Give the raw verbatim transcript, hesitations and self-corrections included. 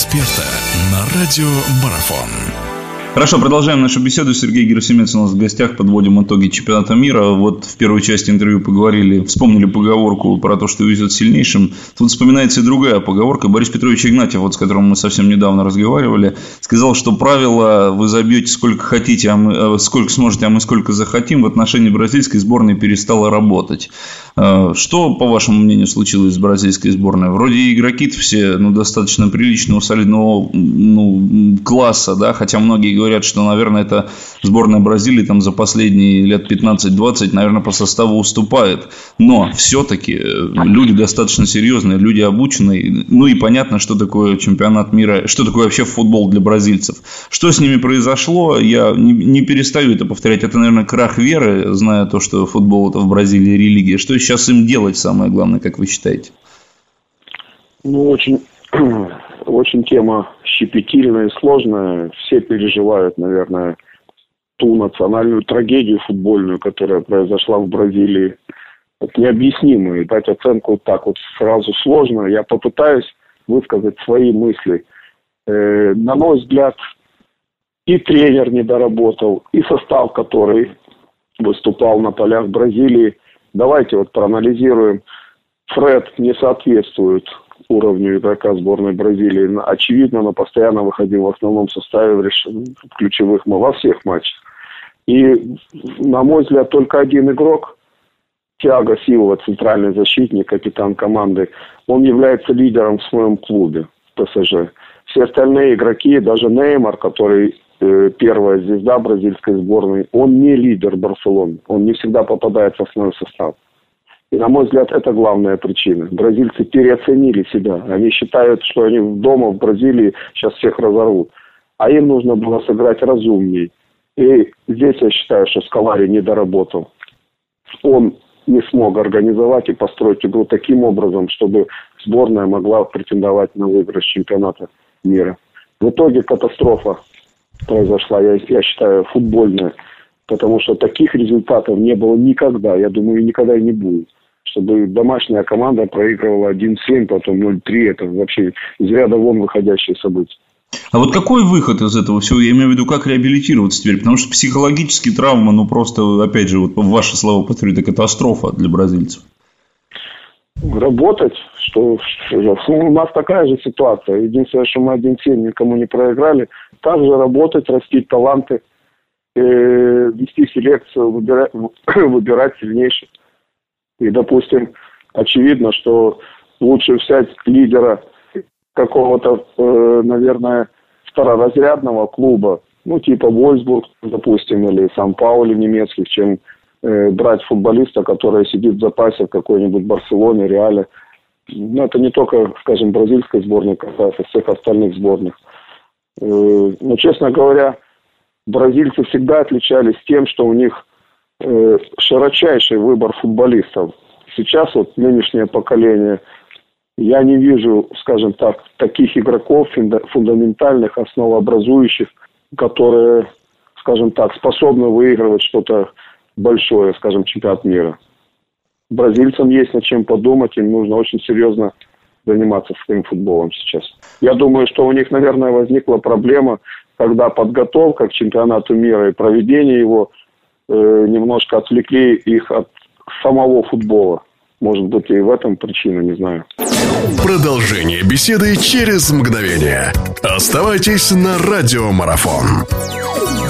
эксперта на радио Марафон. Хорошо, продолжаем нашу беседу. Сергей Герасимец у нас в гостях. Подводим итоги чемпионата мира. Вот в первой части интервью поговорили, вспомнили поговорку про то, что везет сильнейшим. Тут вспоминается и другая поговорка. Борис Петрович Игнатьев, вот с которым мы совсем недавно разговаривали, сказал, что правило «вы забьете сколько хотите, а мы, сколько сможете, а мы сколько захотим» в отношении бразильской сборной перестало работать. Что, по вашему мнению, случилось с бразильской сборной? Вроде игроки-то все ну, достаточно приличного, солидного ну, класса, да, хотя многие говорят, Говорят, что, наверное, это сборная Бразилии там, за последние лет пятнадцать-двадцать, наверное, по составу уступает. Но все-таки люди достаточно серьезные, люди обученные. Ну и понятно, что такое чемпионат мира, что такое вообще футбол для бразильцев. Что с ними произошло, я не, не перестаю это повторять. Это, наверное, крах веры, зная то, что футбол это в Бразилии религия. Что сейчас им делать, самое главное, как вы считаете? Ну, очень... Очень тема щепетильная и сложная. Все переживают, наверное, ту национальную трагедию футбольную, которая произошла в Бразилии. Это необъяснимо. И дать оценку так вот сразу сложно. Я попытаюсь высказать свои мысли. Э, на мой взгляд, и тренер не доработал, и состав, который выступал на полях Бразилии. Давайте вот проанализируем. Фред не соответствует уровню игрока сборной Бразилии. Очевидно, но постоянно выходил в основном составе в, реш... в ключевых, во всех матчах. И, на мой взгляд, только один игрок, Тиаго Силва, центральный защитник, капитан команды, он является лидером в своем клубе, ПСЖ. Все остальные игроки, даже Неймар, который э, первая звезда бразильской сборной, он не лидер Барселоны. Он не всегда попадает в основной состав. И, на мой взгляд, это главная причина. Бразильцы переоценили себя. Они считают, что они дома в Бразилии сейчас всех разорвут. А им нужно было сыграть разумней. И здесь я считаю, что Сколари не доработал. Он не смог организовать и построить игру таким образом, чтобы сборная могла претендовать на выигрыш чемпионата мира. В итоге катастрофа произошла, я, я считаю, футбольная. Потому что таких результатов не было никогда. Я думаю, никогда и не будет. Чтобы домашняя команда проигрывала один семь, потом ноль три. Это вообще из ряда вон выходящие события. А вот какой выход из этого всего? Я имею в виду, как реабилитироваться теперь? Потому что психологически травма, ну просто, опять же, вот ваши слова повторю, это катастрофа для бразильцев. Работать, что, что у нас такая же ситуация. Единственное, что мы один семь никому не проиграли. Также работать, растить таланты. Вести селекцию, выбирать, выбирать сильнейших. И, допустим, очевидно, что лучше взять лидера какого-то, э, наверное, второразрядного клуба, ну, типа Вольсбург, допустим, или Сан-Паули немецких, чем э, брать футболиста, который сидит в запасе в какой-нибудь Барселоне, Реале. Ну, это не только, скажем, бразильской сборной касается, всех остальных сборных. Э, но, честно говоря, бразильцы всегда отличались тем, что у них э, широчайший выбор футболистов. Сейчас вот нынешнее поколение, я не вижу, скажем так, таких игроков фундаментальных, основообразующих, которые, скажем так, способны выигрывать что-то большое, скажем, чемпионат мира. Бразильцам есть над чем подумать, им нужно очень серьезно заниматься своим футболом сейчас. Я думаю, что у них, наверное, возникла проблема, когда подготовка к чемпионату мира и проведение его э, немножко отвлекли их от самого футбола. Может быть, и в этом причина, не знаю. Продолжение беседы через мгновение. Оставайтесь на радио Марафон.